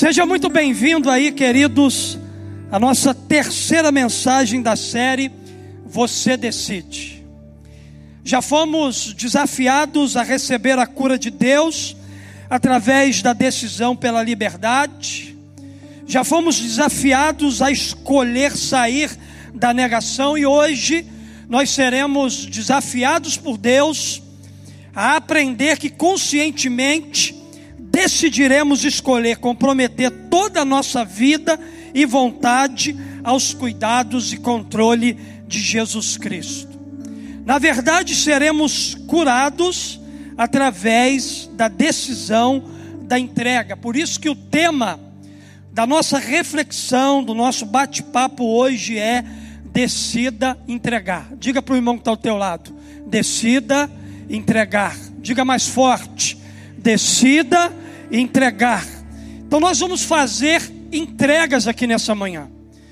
Seja muito bem-vindo aí, queridos, a nossa terceira mensagem da série Você Decide. Já fomos desafiados a receber a cura de Deus através da decisão pela liberdade. Já fomos desafiados a escolher sair da negação e hoje nós seremos desafiados por Deus a aprender que conscientemente decidiremos escolher comprometer toda a nossa vida e vontade aos cuidados e controle de Jesus Cristo. Na verdade, seremos curados através da decisão da entrega. Por isso que o tema da nossa reflexão, do nosso bate-papo hoje é decida entregar. Diga para o irmão que está ao teu lado: decida entregar. Diga mais forte: decida entregar. Então nós vamos fazer entregas aqui nessa manhã.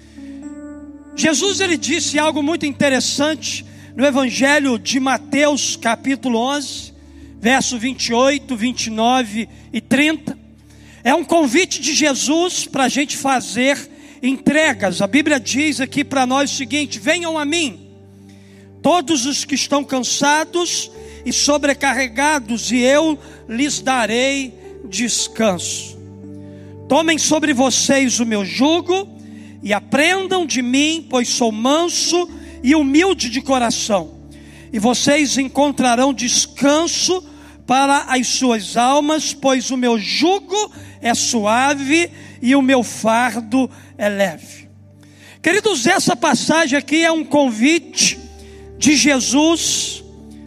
Jesus, ele disse algo muito interessante no Evangelho de Mateus, capítulo 11, verso 28, 29 e 30. É um convite de Jesus para a gente fazer entregas. A Bíblia diz aqui para nós o seguinte: venham a mim, todos os que estão cansados e sobrecarregados, e eu lhes darei descanso. Tomem sobre vocês o meu jugo e aprendam de mim, pois sou manso e humilde de coração, e vocês encontrarão descanso para as suas almas, pois o meu jugo é suave e o meu fardo é leve. Queridos, essa passagem aqui é um convite de Jesus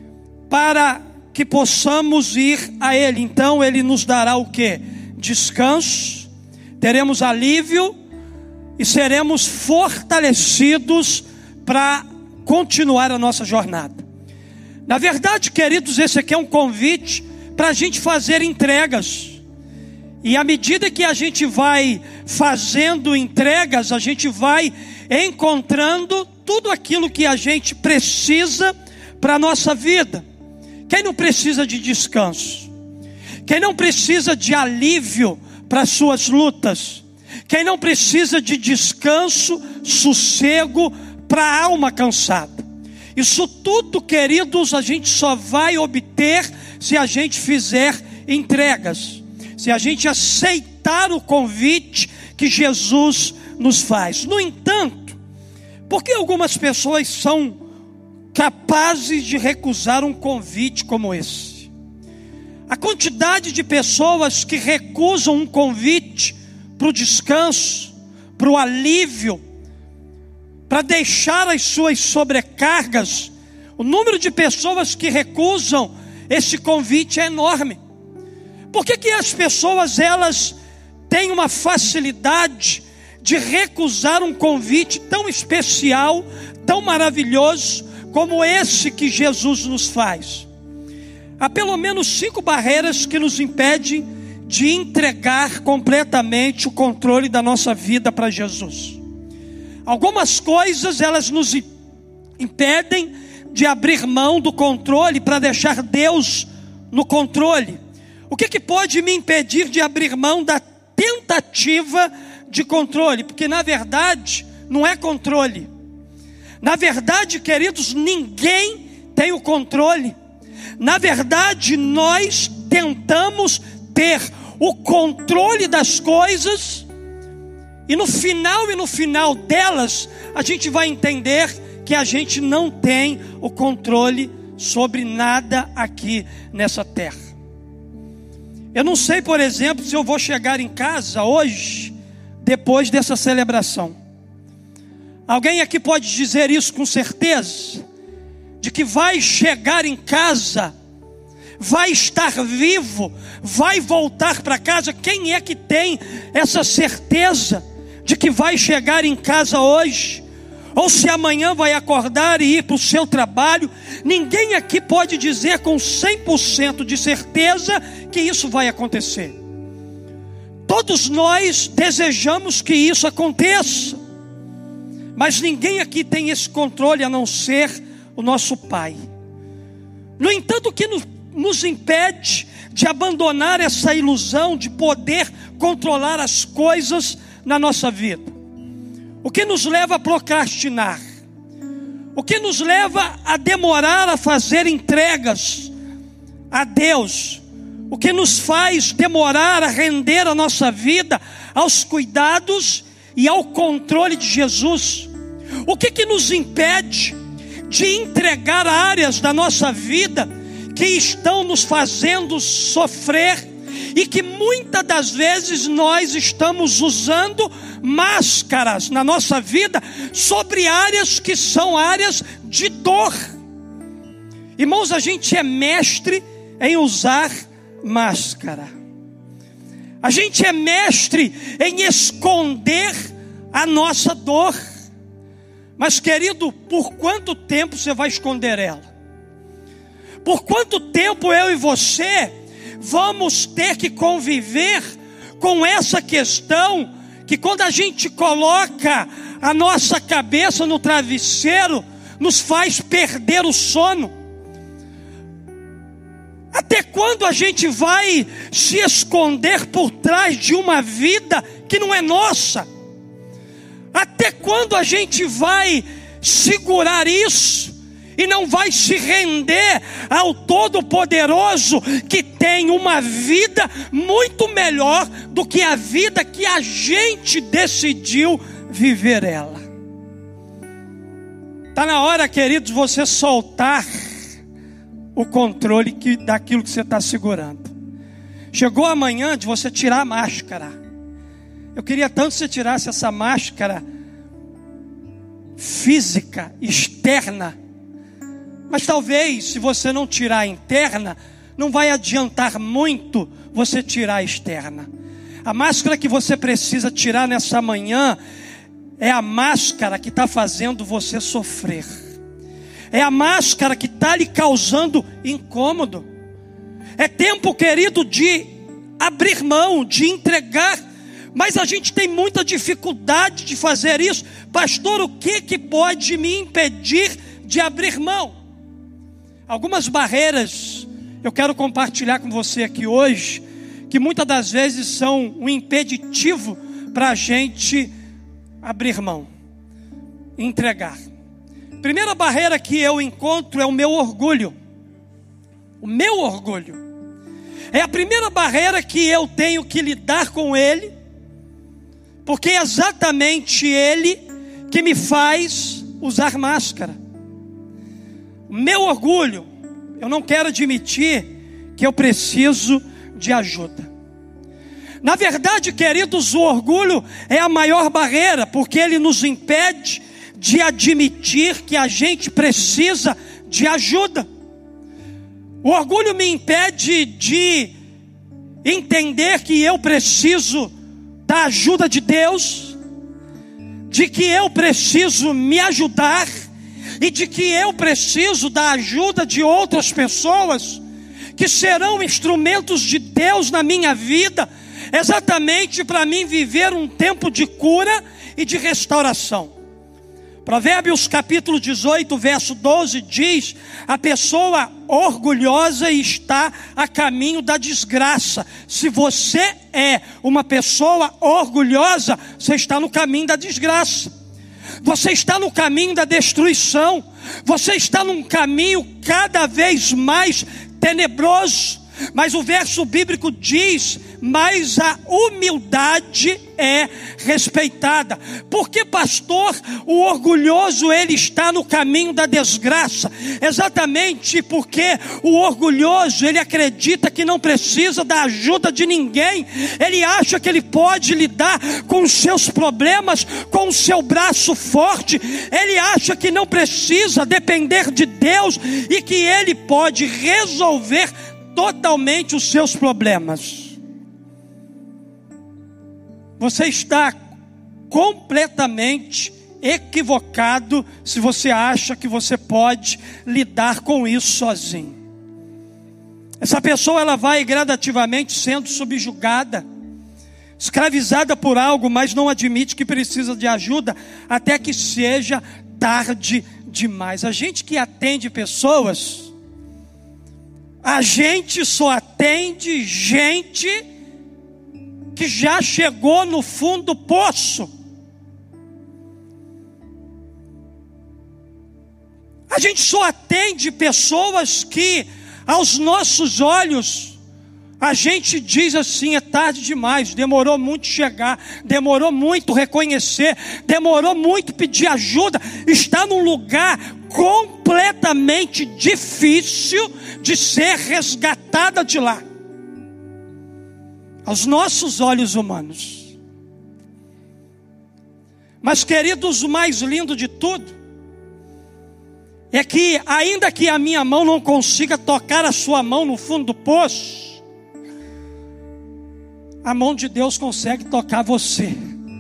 para que possamos ir a Ele. Então Ele nos dará o quê? Descanso, teremos alívio e seremos fortalecidos para continuar a nossa jornada. Na verdade, queridos, esse aqui é um convite para a gente fazer entregas. E à medida que a gente vai fazendo entregas, a gente vai encontrando tudo aquilo que a gente precisa para a nossa vida. Quem não precisa de descanso? Quem não precisa de alívio para as suas lutas? Quem não precisa de descanso, sossego para a alma cansada? Isso tudo, queridos, a gente só vai obter se a gente fizer entregas, se a gente aceitar o convite que Jesus nos faz. No entanto, por que algumas pessoas são capazes de recusar um convite como esse? A quantidade de pessoas que recusam um convite para o descanso, para o alívio, para deixar as suas sobrecargas, o número de pessoas que recusam esse convite é enorme. Por que as pessoas elas têm uma facilidade de recusar um convite tão especial, tão maravilhoso como esse que Jesus nos faz? Há pelo menos 5 barreiras que nos impedem de entregar completamente o controle da nossa vida para Jesus. Algumas coisas elas nos impedem de abrir mão do controle para deixar Deus no controle. O que pode me impedir de abrir mão da tentativa de controle? Porque na verdade não é controle. Na verdade, queridos, ninguém tem o controle. Na verdade, nós tentamos ter o controle das coisas e no final delas, a gente vai entender que a gente não tem o controle sobre nada aqui nessa terra. Eu não sei, por exemplo, se eu vou chegar em casa hoje, depois dessa celebração. Alguém aqui pode dizer isso com certeza? De que vai chegar em casa, vai estar vivo, vai voltar para casa? Quem é que tem essa certeza de que vai chegar em casa hoje? Ou se amanhã vai acordar e ir para o seu trabalho? Ninguém aqui pode dizer com 100% de certeza que isso vai acontecer. Todos nós desejamos que isso aconteça, mas ninguém aqui tem esse controle a não ser o nosso Pai. No entanto, o que nos impede de abandonar essa ilusão de poder controlar as coisas na nossa vida? O que nos leva a procrastinar? O que nos leva a demorar a fazer entregas a Deus? O que nos faz demorar a render a nossa vida aos cuidados e ao controle de Jesus? O que nos impede de entregar áreas da nossa vida que estão nos fazendo sofrer e que muitas das vezes nós estamos usando máscaras na nossa vida sobre áreas que são áreas de dor? Irmãos, a gente é mestre em usar máscara. A gente é mestre em esconder a nossa dor. Mas, querido, por quanto tempo você vai esconder ela? Por quanto tempo eu e você vamos ter que conviver com essa questão que, quando a gente coloca a nossa cabeça no travesseiro, nos faz perder o sono? Até quando a gente vai se esconder por trás de uma vida que não é nossa? Até quando a gente vai segurar isso e não vai se render ao Todo-Poderoso, que tem uma vida muito melhor do que a vida que a gente decidiu viver ela? Está na hora, queridos, você soltar o controle daquilo que você está segurando. Chegou a manhã de você tirar a máscara. Eu queria tanto que você tirasse essa máscara física, externa. Mas talvez, se você não tirar a interna, não vai adiantar muito você tirar a externa. A máscara que você precisa tirar nessa manhã é a máscara que está fazendo você sofrer. É a máscara que está lhe causando incômodo. É tempo, querido, de abrir mão, de entregar. Mas a gente tem muita dificuldade de fazer isso. Pastor, o que pode me impedir de abrir mão? Algumas barreiras eu quero compartilhar com você aqui hoje, que muitas das vezes são um impeditivo para a gente abrir mão, entregar. Primeira barreira que eu encontro é o meu orgulho. O meu orgulho é a primeira barreira que eu tenho que lidar com ele, porque é exatamente ele que me faz usar máscara. O meu orgulho, eu não quero admitir que eu preciso de ajuda. Na verdade, queridos, o orgulho é a maior barreira, porque ele nos impede de admitir que a gente precisa de ajuda. O orgulho me impede de entender que eu preciso da ajuda de Deus, de que eu preciso me ajudar e de que eu preciso da ajuda de outras pessoas que serão instrumentos de Deus na minha vida, exatamente para mim viver um tempo de cura e de restauração. Provérbios capítulo 18, verso 12 diz: a pessoa orgulhosa está a caminho da desgraça. Se você é uma pessoa orgulhosa, você está no caminho da desgraça. Você está no caminho da destruição. Você está num caminho cada vez mais tenebroso. Mas o verso bíblico diz: mas a humildade é respeitada. Porque, pastor, o orgulhoso ele está no caminho da desgraça? Exatamente porque o orgulhoso ele acredita que não precisa da ajuda de ninguém. Ele acha que ele pode lidar com os seus problemas com o seu braço forte. Ele acha que não precisa depender de Deus e que ele pode resolver totalmente os seus problemas. Você está completamente equivocado se você acha que você pode lidar com isso sozinho. Essa pessoa ela vai gradativamente sendo subjugada, escravizada por algo, mas não admite que precisa de ajuda até que seja tarde demais. A gente que atende pessoas, A gente só atende gente que já chegou no fundo do poço. A gente só atende pessoas que, aos nossos olhos, a gente diz assim: é tarde demais, demorou muito chegar, demorou muito reconhecer, demorou muito pedir ajuda, está num lugar completamente difícil de ser resgatada de lá. Aos nossos olhos humanos. Mas, queridos, o mais lindo de tudo é que, ainda que a minha mão não consiga tocar a sua mão no fundo do poço, a mão de Deus consegue tocar você.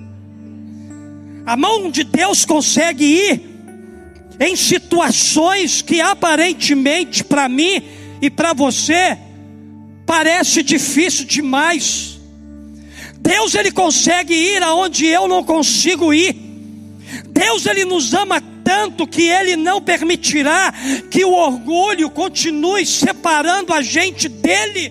A mão de Deus consegue ir em situações que aparentemente para mim e para você parece difícil demais. Deus, ele consegue ir aonde eu não consigo ir. Deus, ele nos ama tanto que ele não permitirá que o orgulho continue separando a gente dele.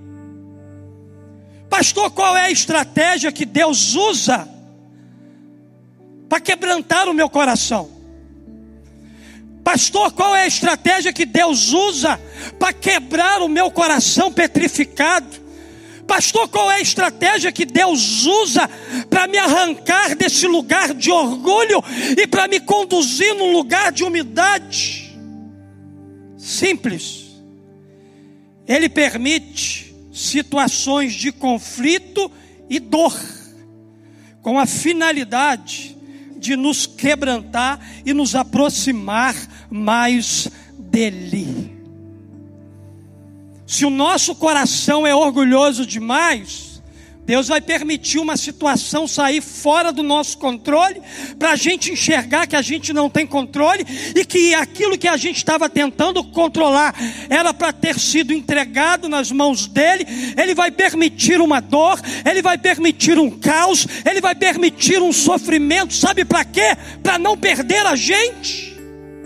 Pastor, qual é a estratégia que Deus usa para quebrantar o meu coração? Pastor, qual é a estratégia que Deus usa para quebrar o meu coração petrificado? Pastor, qual é a estratégia que Deus usa para me arrancar desse lugar de orgulho e para me conduzir num lugar de humildade? Simples. Ele permite situações de conflito e dor, com a finalidade de nos quebrantar e nos aproximar mais dele. Se o nosso coração é orgulhoso demais, Deus vai permitir uma situação sair fora do nosso controle, para a gente enxergar que a gente não tem controle, e que aquilo que a gente estava tentando controlar era para ter sido entregado nas mãos dele. Ele vai permitir uma dor, ele vai permitir um caos, ele vai permitir um sofrimento, sabe para quê? Para não perder a gente.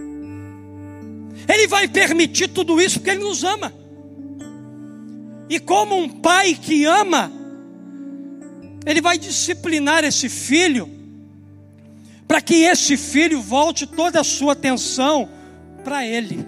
Ele vai permitir tudo isso porque ele nos ama. E como um pai que ama, ele vai disciplinar esse filho, para que esse filho volte toda a sua atenção para ele.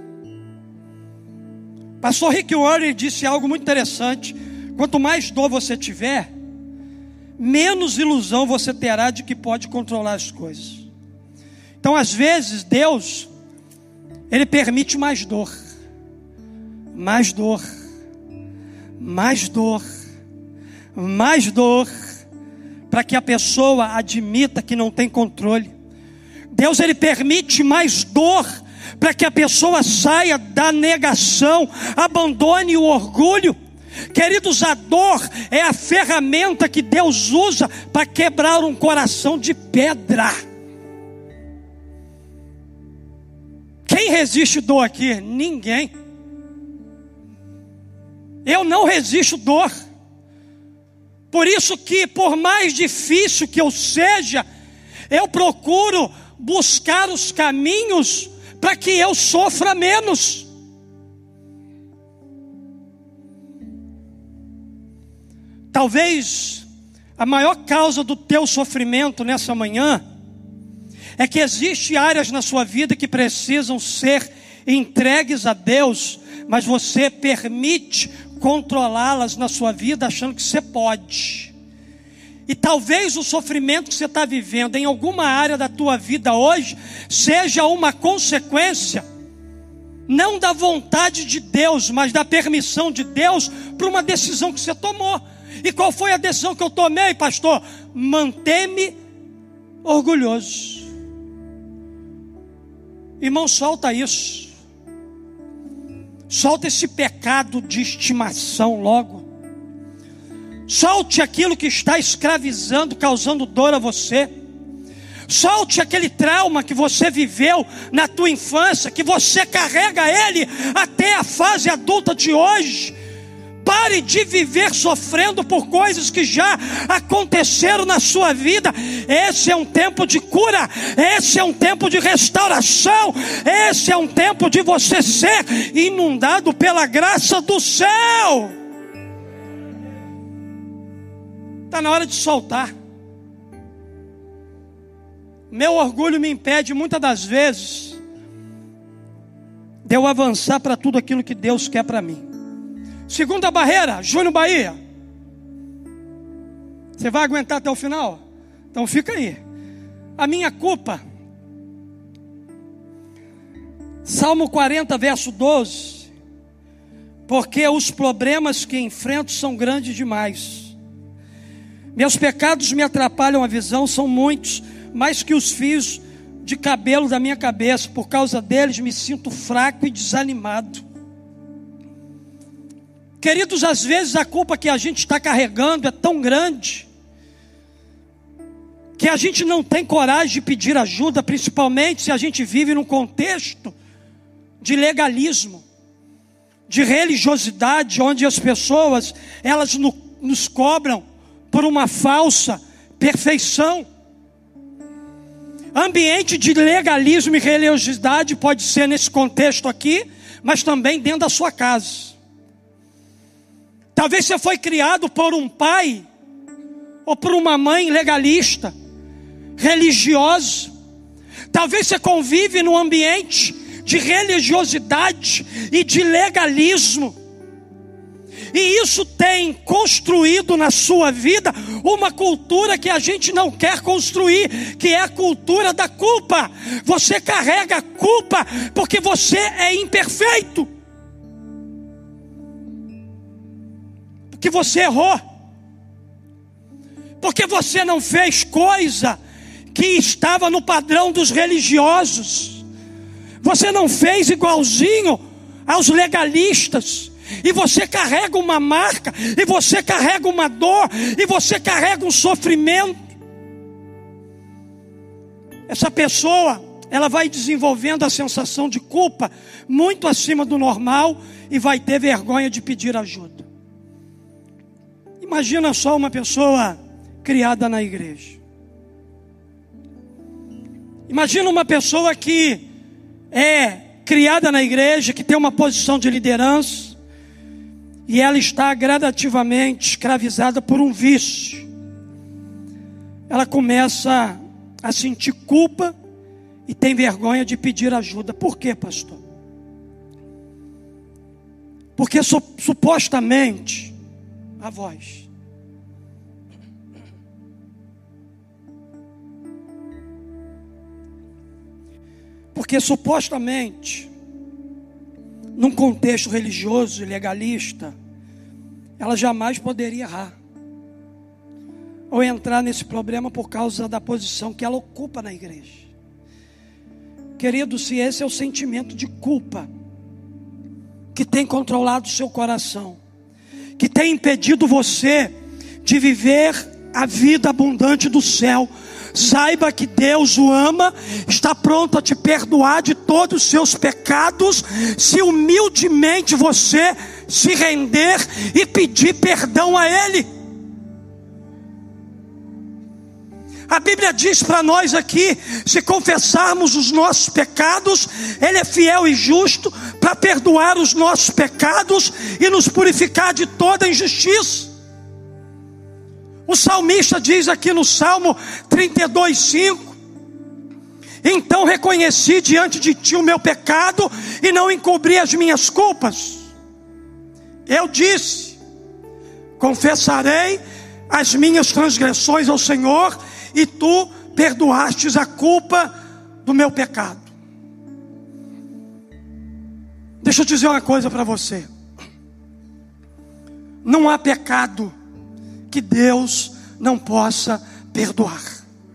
Pastor Rick Warren disse algo muito interessante: quanto mais dor você tiver, menos ilusão você terá de que pode controlar as coisas. Então, às vezes, Deus, ele permite mais dor, mais dor, mais dor, mais dor, para que a pessoa admita que não tem controle. Deus, ele permite mais dor para que a pessoa saia da negação, abandone o orgulho. Queridos, a dor é a ferramenta que Deus usa para quebrar um coração de pedra. Quem resiste dor aqui? Ninguém. Eu não resisto dor. Por isso que, por mais difícil que eu seja, eu procuro buscar os caminhos para que eu sofra menos. Talvez a maior causa do teu sofrimento nessa manhã é que existem áreas na sua vida que precisam ser entregues a Deus, mas você permite controlá-las na sua vida achando que você pode. E talvez o sofrimento que você está vivendo em alguma área da tua vida hoje seja uma consequência não da vontade de Deus, mas da permissão de Deus para uma decisão que você tomou. E qual foi a decisão que eu tomei, pastor? Manter-me orgulhoso. Irmão, solta isso. Solta esse pecado de estimação logo. Solte aquilo que está escravizando, causando dor a você. Solte aquele trauma que você viveu na tua infância, que você carrega ele até a fase adulta de hoje. Pare Pare de viver sofrendo por coisas que já aconteceram na sua vida. Esse é um tempo de cura, esse é um tempo de restauração, esse é um tempo de você ser inundado pela graça do céu. Está na hora de soltar. Meu orgulho me impede muitas das vezes de eu avançar para tudo aquilo que Deus quer para mim. Segunda barreira, Júnior Bahia. Você vai aguentar até o final? Então fica aí. A minha culpa. Salmo 40, verso 12. Porque os problemas que enfrento são grandes demais. Meus pecados me atrapalham a visão, são muitos, mais que os fios de cabelo da minha cabeça. Por causa deles me sinto fraco e desanimado. Queridos, às vezes a culpa que a gente está carregando é tão grande que a gente não tem coragem de pedir ajuda, principalmente se a gente vive num contexto de legalismo, de religiosidade, onde as pessoas, elas nos cobram por uma falsa perfeição. Ambiente de legalismo e religiosidade pode ser nesse contexto aqui, mas também dentro da sua casa. Talvez você foi criado por um pai ou por uma mãe legalista, religiosa. Talvez você convive num ambiente de religiosidade e de legalismo. E isso tem construído na sua vida uma cultura que a gente não quer construir, que é a cultura da culpa. Você carrega a culpa porque você é imperfeito, porque você errou, porque você não fez coisa que estava no padrão dos religiosos. Você não fez igualzinho aos legalistas. E você carrega uma marca, e você carrega uma dor, e você carrega um sofrimento. Essa pessoa, ela vai desenvolvendo a sensação de culpa muito acima do normal e vai ter vergonha de pedir ajuda. Imagina só uma pessoa criada na igreja. Imagina uma pessoa que é criada na igreja, que tem uma posição de liderança, e ela está gradativamente escravizada por um vício. Ela começa a sentir culpa e tem vergonha de pedir ajuda. Por quê, pastor? Porque supostamente a voz. Porque supostamente, num contexto religioso e legalista, ela jamais poderia errar ou entrar nesse problema por causa da posição que ela ocupa na igreja. Querido, se esse é o sentimento de culpa que tem controlado o seu coração, que tem impedido você de viver a vida abundante do céu, saiba que Deus o ama, está pronto a te perdoar de todos os seus pecados, se humildemente você se render e pedir perdão a Ele. A Bíblia diz para nós aqui, se confessarmos os nossos pecados, Ele é fiel e justo para perdoar os nossos pecados e nos purificar de toda injustiça. O salmista diz aqui no Salmo 32:5: então reconheci diante de ti o meu pecado e não encobri as minhas culpas. Eu disse: confessarei as minhas transgressões ao Senhor, e tu perdoastes a culpa do meu pecado. Deixa eu dizer uma coisa para você: não há pecado que Deus não possa perdoar.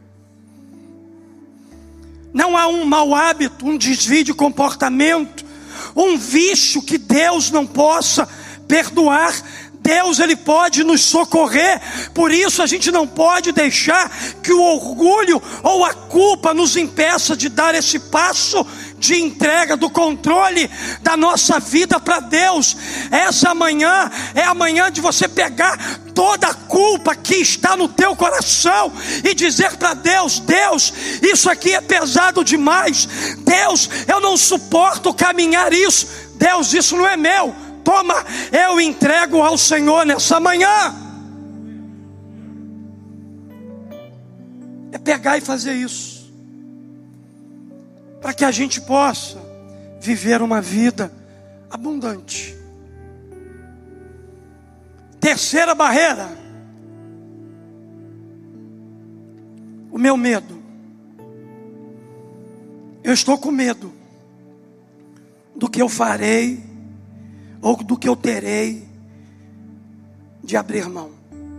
Não há um mau hábito, um desvio de comportamento, um vício que Deus não possa perdoar. Deus, Ele pode nos socorrer. Por isso a gente não pode deixar que o orgulho ou a culpa nos impeça de dar esse passo de entrega do controle da nossa vida para Deus. Essa manhã é a manhã de você pegar toda a culpa que está no teu coração e dizer para Deus: Deus, isso aqui é pesado demais. Deus, eu não suporto caminhar isso. Deus, isso não é meu. Toma, eu entrego ao Senhor nessa manhã. É pegar e fazer isso, para que a gente possa viver uma vida abundante. Terceira barreira: o meu medo. Eu estou com medo do que eu farei ou do que eu terei de abrir mão.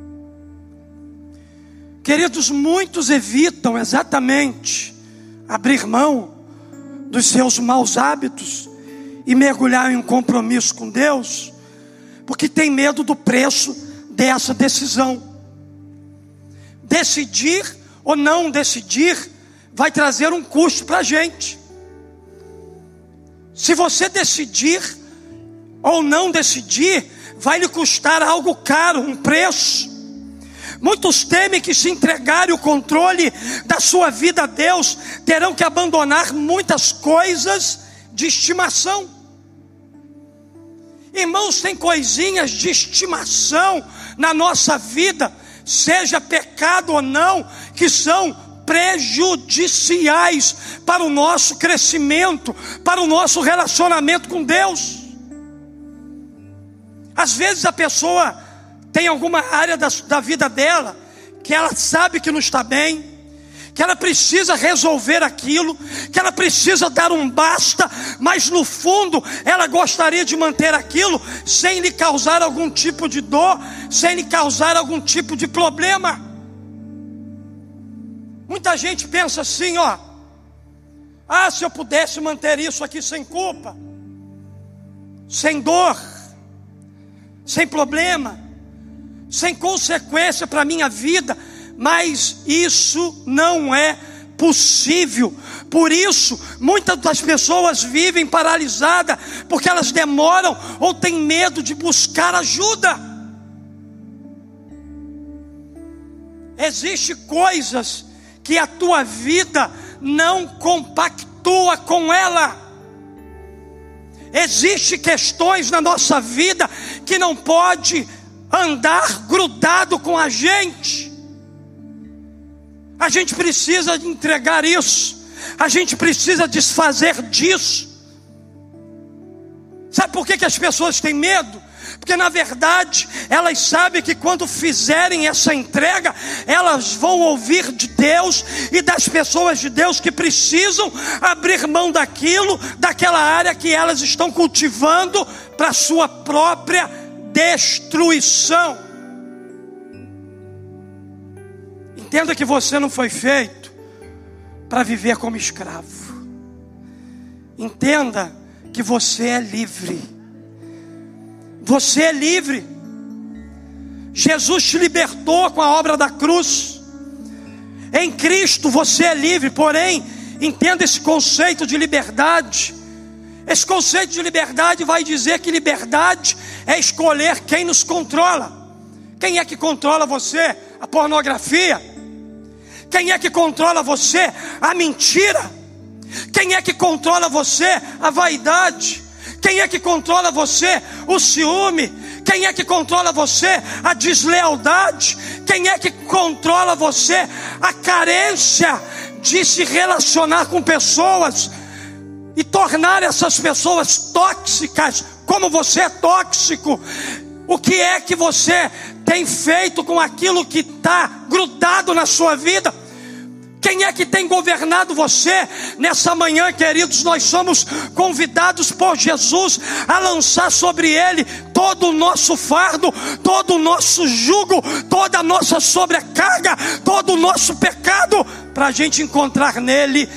Queridos, muitos evitam exatamente abrir mão dos seus maus hábitos e mergulhar em um compromisso com Deus, porque tem medo do preço dessa decisão. Decidir ou não decidir vai trazer um custo para a gente. Se você decidir ou não decidir, vai lhe custar algo caro, um preço. Muitos temem que, se entregarem o controle da sua vida a Deus, terão que abandonar muitas coisas de estimação. Irmãos, tem coisinhas de estimação na nossa vida, seja pecado ou não, que são prejudiciais para o nosso crescimento, para o nosso relacionamento com Deus. Às vezes a pessoa tem alguma área da vida dela que ela sabe que não está bem, que ela precisa resolver aquilo, que ela precisa dar um basta, mas no fundo ela gostaria de manter aquilo sem lhe causar algum tipo de dor, sem lhe causar algum tipo de problema. Muita gente pensa assim, se eu pudesse manter isso aqui sem culpa, sem dor, sem problema, sem consequência para a minha vida, mas isso não é possível. Por isso, muitas das pessoas vivem paralisadas, porque elas demoram ou têm medo de buscar ajuda. Existem coisas que a tua vida não compactua com ela. Existem questões na nossa vida que não pode andar grudado com a gente. A gente precisa entregar isso. A gente precisa desfazer disso. Sabe por que as pessoas têm medo? Porque na verdade elas sabem que quando fizerem essa entrega, elas vão ouvir de Deus e das pessoas de Deus que precisam abrir mão daquela área que elas estão cultivando para sua própria destruição. Entenda que você não foi feito para viver como escravo. Entenda que você é livre. Você é livre. Jesus te libertou com a obra da cruz. Em Cristo você é livre. Porém, entenda esse conceito de liberdade. Esse conceito de liberdade vai dizer que liberdade é escolher quem nos controla. Quem é que controla você? A pornografia? Quem é que controla você? A mentira? Quem é que controla você? A vaidade? Quem é que controla você? O ciúme? Quem é que controla você? A deslealdade? Quem é que controla você? A carência de se relacionar com pessoas e tornar essas pessoas tóxicas, como você é tóxico. O que é que você tem feito com aquilo que está grudado na sua vida? Quem é que tem governado você? Nessa manhã, queridos, nós somos convidados por Jesus a lançar sobre Ele todo o nosso fardo, todo o nosso jugo, toda a nossa sobrecarga, todo o nosso pecado, para a gente encontrar nele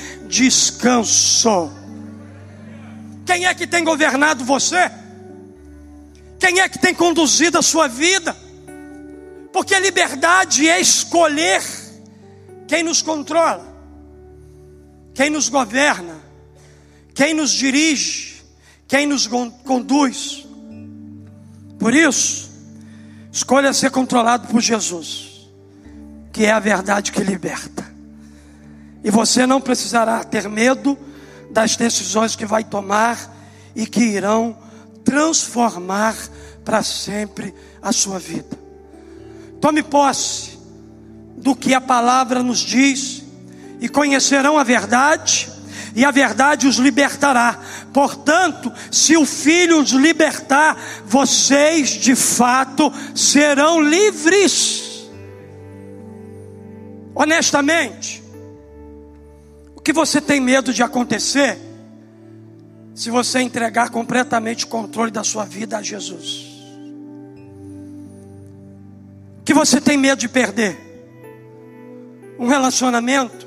descanso. Quem é que tem governado você? Quem é que tem conduzido a sua vida? Porque liberdade é escolher quem nos controla, quem nos governa, quem nos dirige, quem nos conduz. Por isso, escolha ser controlado por Jesus, que é a verdade que liberta. E você não precisará ter medo das decisões que vai tomar e que irão transformar para sempre a sua vida. Tome posse do que a palavra nos diz, e conhecerão a verdade, e a verdade os libertará. Portanto, se o Filho os libertar, vocês de fato serão livres. Honestamente, o que você tem medo de acontecer se você entregar completamente o controle da sua vida a Jesus? O que você tem medo de perder? Um relacionamento?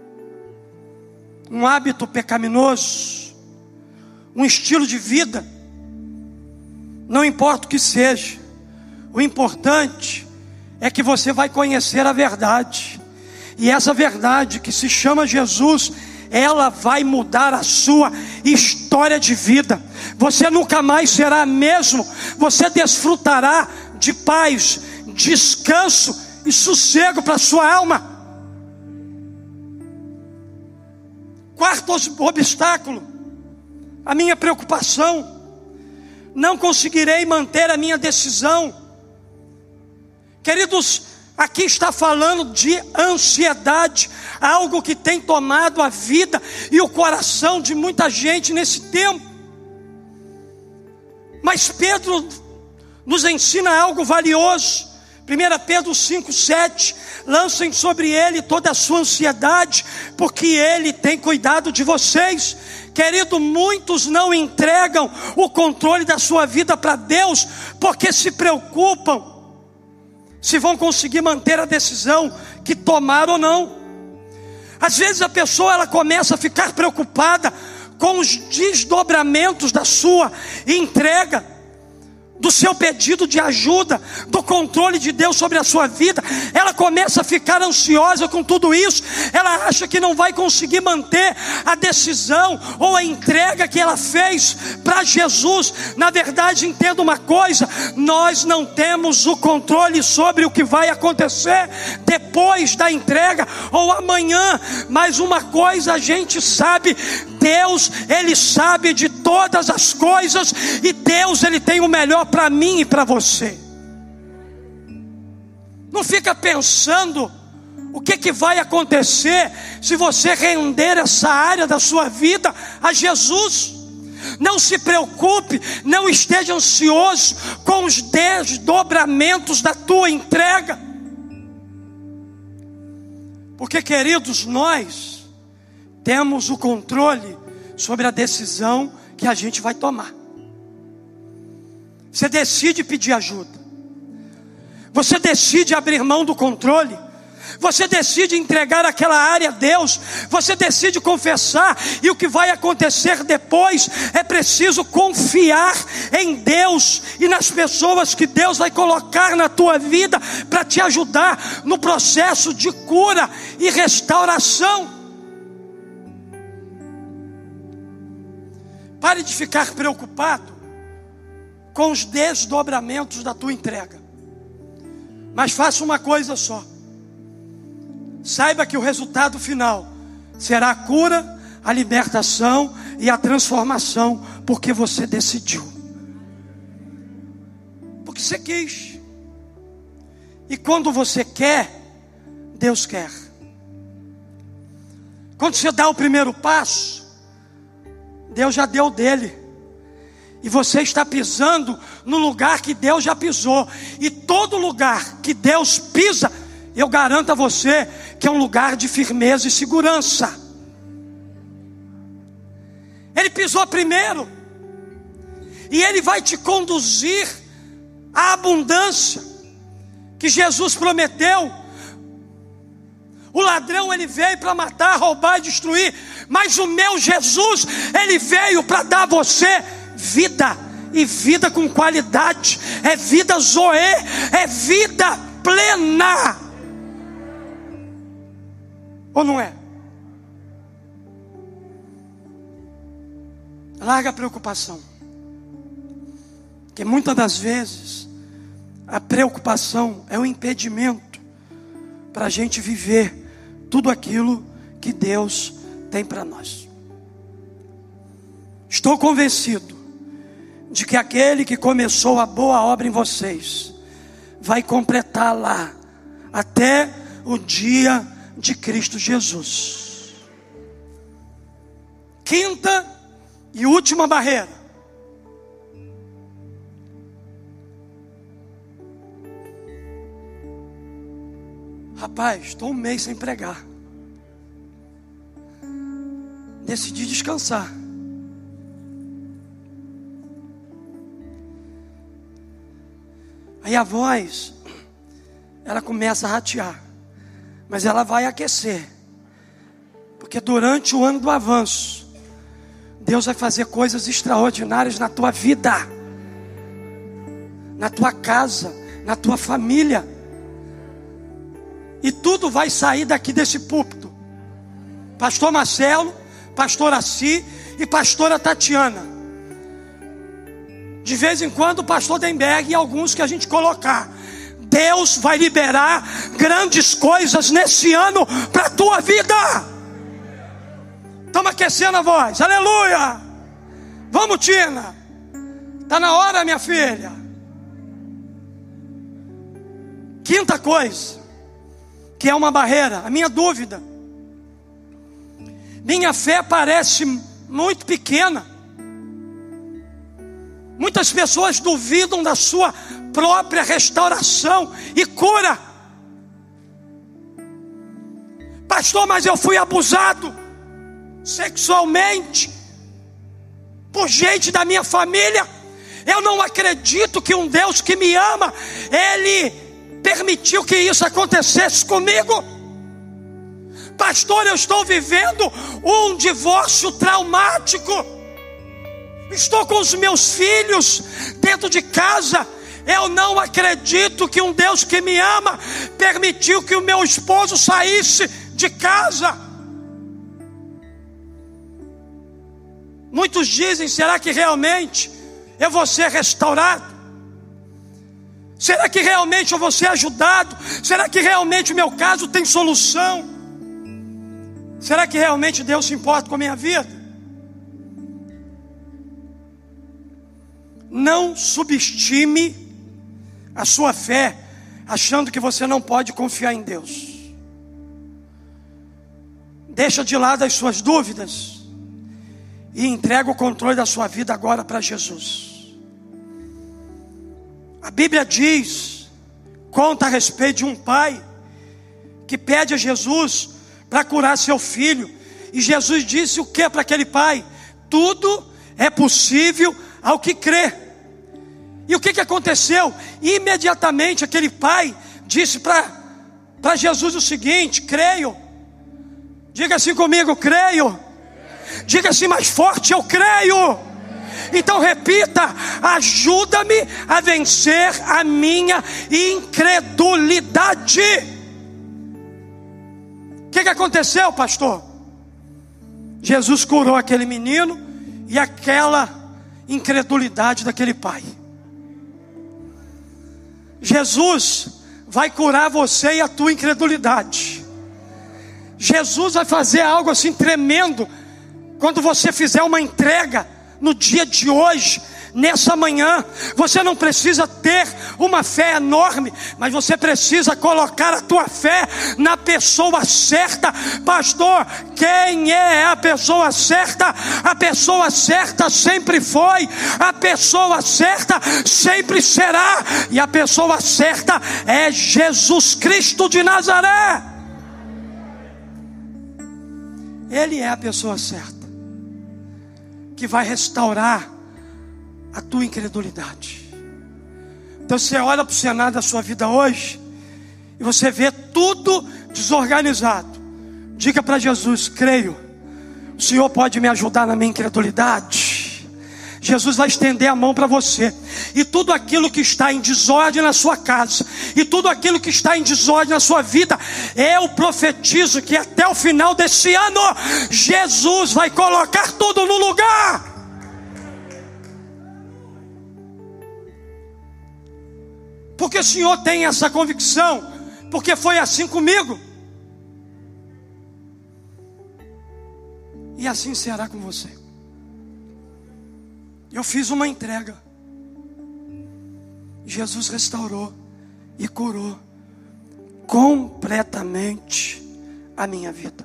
Um hábito pecaminoso? Um estilo de vida? Não importa o que seja, o importante é que você vai conhecer a verdade. E essa verdade que se chama Jesus, ela vai mudar a sua história de vida. Você nunca mais será mesmo. Você desfrutará de paz, descanso e sossego para a sua alma. Quarto obstáculo, a minha preocupação. Não conseguirei manter a minha decisão. Queridos, aqui está falando de ansiedade, algo que tem tomado a vida e o coração de muita gente nesse tempo. Mas Pedro nos ensina algo valioso. 1 Pedro 5,7: lancem sobre ele toda a sua ansiedade, porque ele tem cuidado de vocês. Querido, muitos não entregam o controle da sua vida para Deus, porque se preocupam se vão conseguir manter a decisão que tomaram ou não. Às vezes a pessoa ela começa a ficar preocupada com os desdobramentos da sua entrega, do seu pedido de ajuda, do controle de Deus sobre a sua vida. Ela começa a ficar ansiosa com tudo isso. Ela acha que não vai conseguir manter a decisão ou a entrega que ela fez para Jesus. Na verdade, entenda uma coisa: nós não temos o controle sobre o que vai acontecer depois da entrega ou amanhã. Mas uma coisa a gente sabe: Deus, Ele sabe de todas as coisas, e Deus, Ele tem o melhor para mim e para você. Não fica pensando o que vai acontecer se você render essa área da sua vida a Jesus. Não se preocupe, não esteja ansioso com os desdobramentos da tua entrega. Porque, queridos, nós temos o controle sobre a decisão que a gente vai tomar. Você decide pedir ajuda, você decide abrir mão do controle, você decide entregar aquela área a Deus, você decide confessar, e o que vai acontecer depois é preciso confiar em Deus e nas pessoas que Deus vai colocar na tua vida para te ajudar no processo de cura e restauração. Pare de ficar preocupado com os desdobramentos da tua entrega, mas faça uma coisa só: saiba que o resultado final será a cura, a libertação e a transformação, porque você decidiu, porque você quis. E quando você quer, Deus quer. Quando você dá o primeiro passo, Deus já deu dele, e você está pisando no lugar que Deus já pisou. E todo lugar que Deus pisa, eu garanto a você que é um lugar de firmeza e segurança. Ele pisou primeiro, e Ele vai te conduzir à abundância que Jesus prometeu. O ladrão, ele veio para matar, roubar e destruir, mas o meu Jesus, Ele veio para dar a você vida e vida com qualidade, é vida zoe, é vida plena. Ou não é? Larga a preocupação, porque muitas das vezes a preocupação é um impedimento para a gente viver tudo aquilo que Deus tem para nós. Estou convencido de que aquele que começou a boa obra em vocês vai completá-la até o dia de Cristo Jesus. Quinta e última barreira. Rapaz, estou um mês sem pregar. Decidi descansar. Aí a voz, ela começa a ratear, mas ela vai aquecer, porque durante o ano do avanço, Deus vai fazer coisas extraordinárias na tua vida, na tua casa, na tua família, e tudo vai sair daqui desse púlpito. Pastor Marcelo, pastor Assi e pastora Tatiana. De vez em quando o pastor Denberg e alguns que a gente colocar. Deus vai liberar grandes coisas nesse ano para a tua vida. Estamos aquecendo a voz, aleluia. Vamos, Tina, está na hora, minha filha. Quinta coisa, que é uma barreira, a minha dúvida. Minha fé parece muito pequena. Muitas pessoas duvidam da sua própria restauração e cura. Pastor, mas eu fui abusado sexualmente por gente da minha família. Eu não acredito que um Deus que me ama, Ele permitiu que isso acontecesse comigo. Pastor, eu estou vivendo um divórcio traumático. Estou com os meus filhos dentro de casa. Eu não acredito que um Deus que me ama permitiu que o meu esposo saísse de casa. Muitos dizem, será que realmente eu vou ser restaurado? Será que realmente eu vou ser ajudado? Será que realmente o meu caso tem solução? Será que realmente Deus se importa com a minha vida? Não subestime a sua fé, achando que você não pode confiar em Deus. Deixa de lado as suas dúvidas e entrega o controle da sua vida agora para Jesus. A Bíblia diz, conta a respeito de um pai que pede a Jesus para curar seu filho. E Jesus disse o que para aquele pai? Tudo é possível ao que crê. E o que aconteceu? Imediatamente aquele pai disse para Jesus o seguinte: creio. Diga assim comigo, creio. Diga assim mais forte, eu creio. Então repita: ajuda-me a vencer a minha incredulidade. O que aconteceu, pastor? Jesus curou aquele menino e aquela incredulidade daquele pai. Jesus vai curar você e a tua incredulidade. Jesus vai fazer algo assim tremendo quando você fizer uma entrega no dia de hoje, nessa manhã. Você não precisa ter uma fé enorme, mas você precisa colocar a tua fé na pessoa certa. Pastor, quem é a pessoa certa? A pessoa certa sempre foi, a pessoa certa sempre será, e a pessoa certa é Jesus Cristo de Nazaré. Ele é a pessoa certa que vai restaurar a tua incredulidade. Então você olha para o cenário da sua vida hoje e você vê tudo desorganizado. Diga para Jesus: creio, o Senhor pode me ajudar na minha incredulidade. Jesus vai estender a mão para você. E tudo aquilo que está em desordem na sua casa, e tudo aquilo que está em desordem na sua vida, eu profetizo que até o final desse ano, Jesus vai colocar tudo no lugar. Porque o Senhor tem essa convicção, porque foi assim comigo. E assim será com você. Eu fiz uma entrega. Jesus restaurou e curou completamente a minha vida.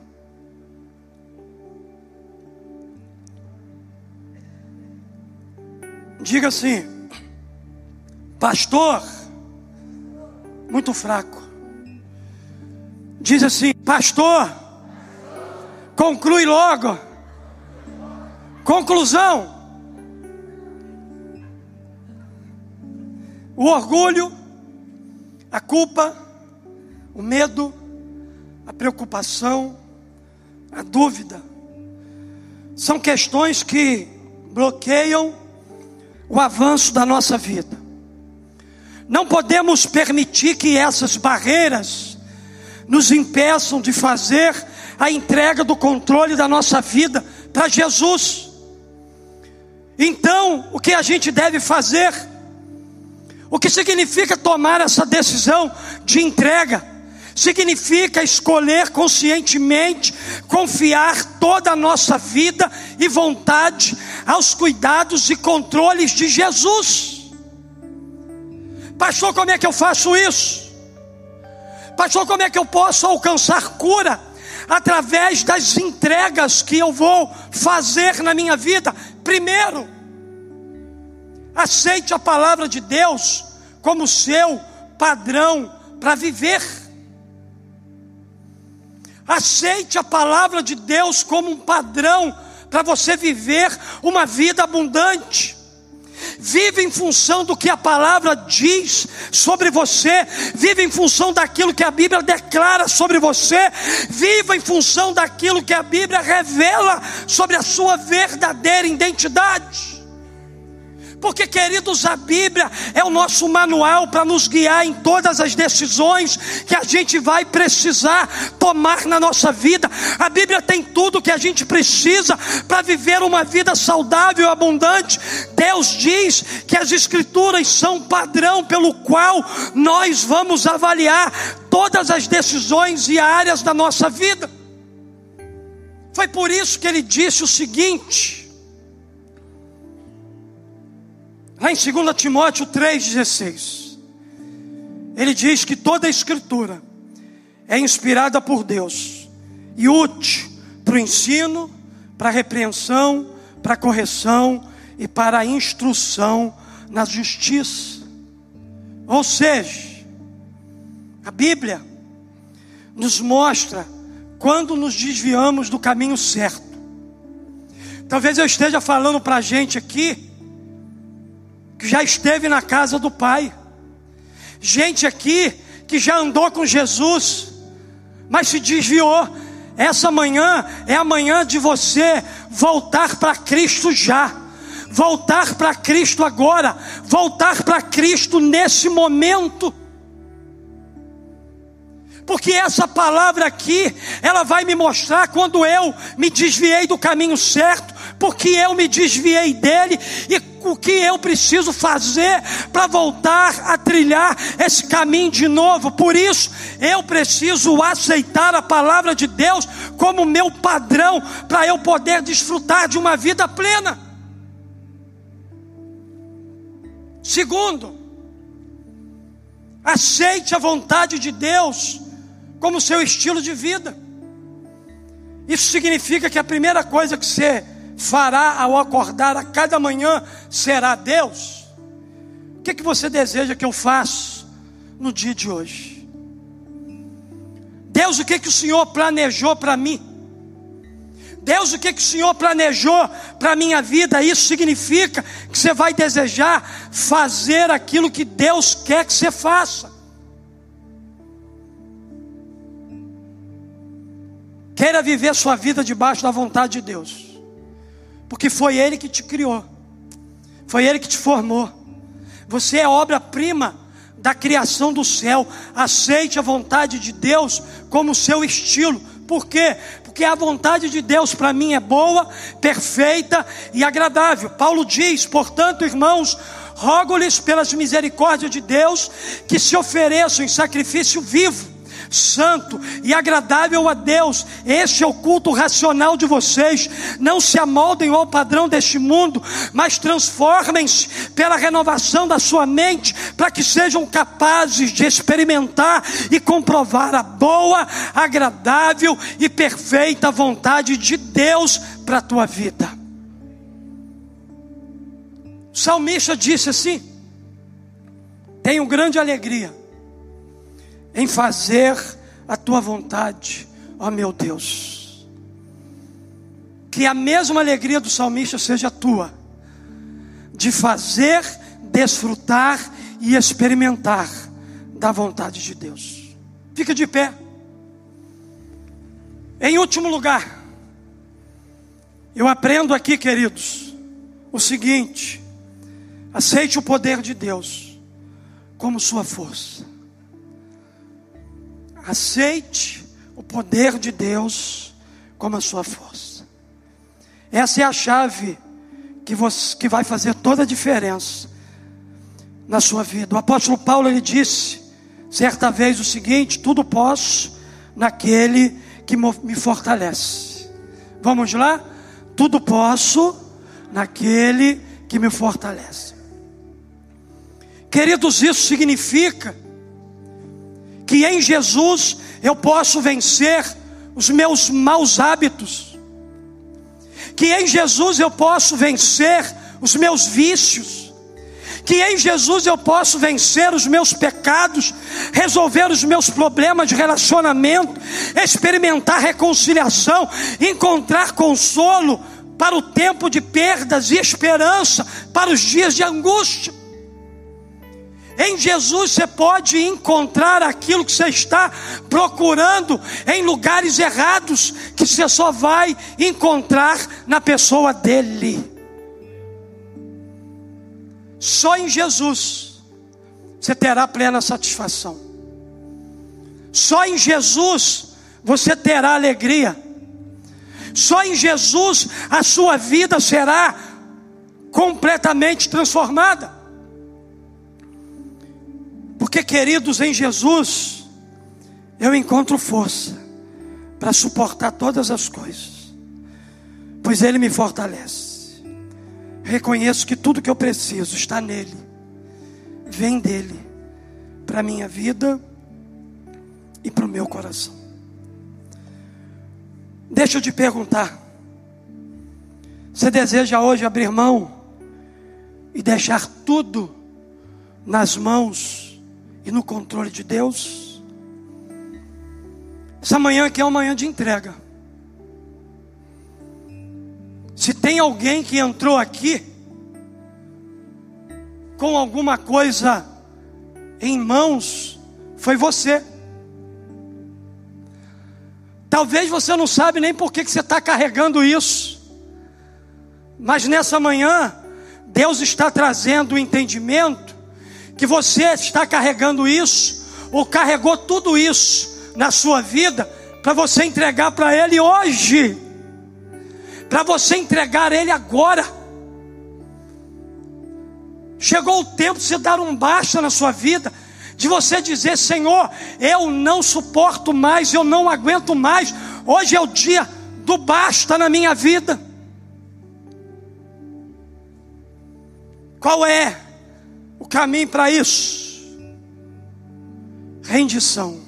Diga assim: pastor, muito fraco. Diz assim: pastor, conclui logo. Conclusão: o orgulho, a culpa, o medo, a preocupação, a dúvida, são questões que bloqueiam o avanço da nossa vida. Não podemos permitir que essas barreiras nos impeçam de fazer a entrega do controle da nossa vida para Jesus. Então, o que a gente deve fazer? O que significa tomar essa decisão de entrega? Significa escolher conscientemente confiar toda a nossa vida e vontade aos cuidados e controles de Jesus. Pastor, como é que eu faço isso? Pastor, como é que eu posso alcançar cura? Através das entregas que eu vou fazer na minha vida. Primeiro, aceite a palavra de Deus como seu padrão para viver. Aceite a palavra de Deus como um padrão para você viver uma vida abundante. Vive em função do que a palavra diz sobre você. Vive em função daquilo que a Bíblia declara sobre você. Viva em função daquilo que a Bíblia revela sobre a sua verdadeira identidade. Porque, queridos, a Bíblia é o nosso manual para nos guiar em todas as decisões que a gente vai precisar tomar na nossa vida. A Bíblia tem tudo que a gente precisa para viver uma vida saudável e abundante. Deus diz que as Escrituras são padrão pelo qual nós vamos avaliar todas as decisões e áreas da nossa vida. Foi por isso que ele disse o seguinte, lá em 2 Timóteo 3,16, ele diz que toda a Escritura é inspirada por Deus e útil para o ensino, para a repreensão, para a correção e para a instrução na justiça. Ou seja, a Bíblia nos mostra quando nos desviamos do caminho certo. Talvez eu esteja falando para a gente aqui que já esteve na casa do Pai, gente aqui que já andou com Jesus, mas se desviou. Essa manhã é a manhã de você voltar para Cristo já, voltar para Cristo agora, voltar para Cristo nesse momento. Porque essa palavra aqui, ela vai me mostrar quando eu me desviei do caminho certo, porque eu me desviei dele e o que eu preciso fazer para voltar a trilhar esse caminho de novo. Por isso, eu preciso aceitar a palavra de Deus como meu padrão para eu poder desfrutar de uma vida plena. Segundo, aceite a vontade de Deus como seu estilo de vida. Isso significa que a primeira coisa que você fará ao acordar a cada manhã será Deus. O que você deseja que eu faça no dia de hoje? Deus, o que o Senhor planejou para mim? Deus, o que o Senhor planejou para a minha vida? Isso significa que você vai desejar fazer aquilo que Deus quer que você faça. Queira viver sua vida debaixo da vontade de Deus, porque foi Ele que te criou, Foi Ele que te formou. Você é obra-prima da criação do céu. Aceite a vontade de Deus como seu estilo. Por quê? Porque a vontade de Deus para mim é boa, perfeita e agradável. Paulo diz: portanto, irmãos, rogo-lhes pelas misericórdias de Deus que se ofereçam em sacrifício vivo, santo e agradável a Deus. Este é o culto racional de vocês. Não se amoldem ao padrão deste mundo, mas transformem-se pela renovação da sua mente, para que sejam capazes de experimentar e comprovar a boa, agradável e perfeita vontade de Deus para a tua vida. O salmista disse assim: tenho grande alegria em fazer a tua vontade, ó meu Deus. Que a mesma alegria do salmista seja tua, de fazer, desfrutar e experimentar da vontade de Deus. Fica de pé. Em último lugar, eu aprendo aqui, queridos, o seguinte: aceite o poder de Deus como sua força. Aceite o poder de Deus como a sua força. Essa é a chave que vai fazer toda a diferença na sua vida. O apóstolo Paulo, ele disse certa vez o seguinte: tudo posso naquele que me fortalece. Vamos lá? Tudo posso naquele que me fortalece. Queridos, isso significa que em Jesus eu posso vencer os meus maus hábitos, que em Jesus eu posso vencer os meus vícios, que em Jesus eu posso vencer os meus pecados, resolver os meus problemas de relacionamento, experimentar reconciliação, encontrar consolo para o tempo de perdas e esperança para os dias de angústia. Em Jesus você pode encontrar aquilo que você está procurando em lugares errados, que você só vai encontrar na pessoa dele. Só em Jesus você terá plena satisfação. Só em Jesus você terá alegria. Só em Jesus a sua vida será completamente transformada. Porque, queridos, em Jesus eu encontro força para suportar todas as coisas, pois Ele me fortalece. Reconheço que tudo que eu preciso está nele, vem dele, para a minha vida e para o meu coração. Deixa eu te perguntar: você deseja hoje abrir mão e deixar tudo nas mãos e no controle de Deus? Essa manhã aqui é uma manhã de entrega. Se tem alguém que entrou aqui com alguma coisa em mãos, foi você. Talvez você não sabe nem por que você está carregando isso, mas nessa manhã Deus está trazendo o entendimento que você está carregando isso, ou carregou tudo isso na sua vida, para você entregar para Ele hoje, para você entregar Ele agora. Chegou o tempo de você dar um basta na sua vida, de você dizer: Senhor, eu não suporto mais, eu não aguento mais, hoje é o dia do basta na minha vida. Qual é o caminho para isso? Rendição.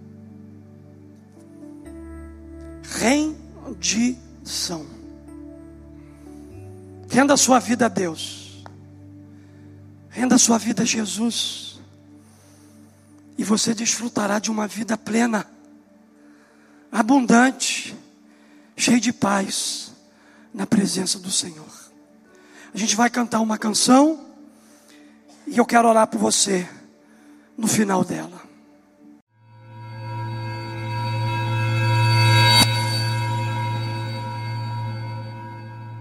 Rendição. Renda a sua vida a Deus. Renda a sua vida a Jesus. E você desfrutará de uma vida plena, abundante, cheia de paz, na presença do Senhor. A gente vai cantar uma canção, e eu quero orar por você no final dela.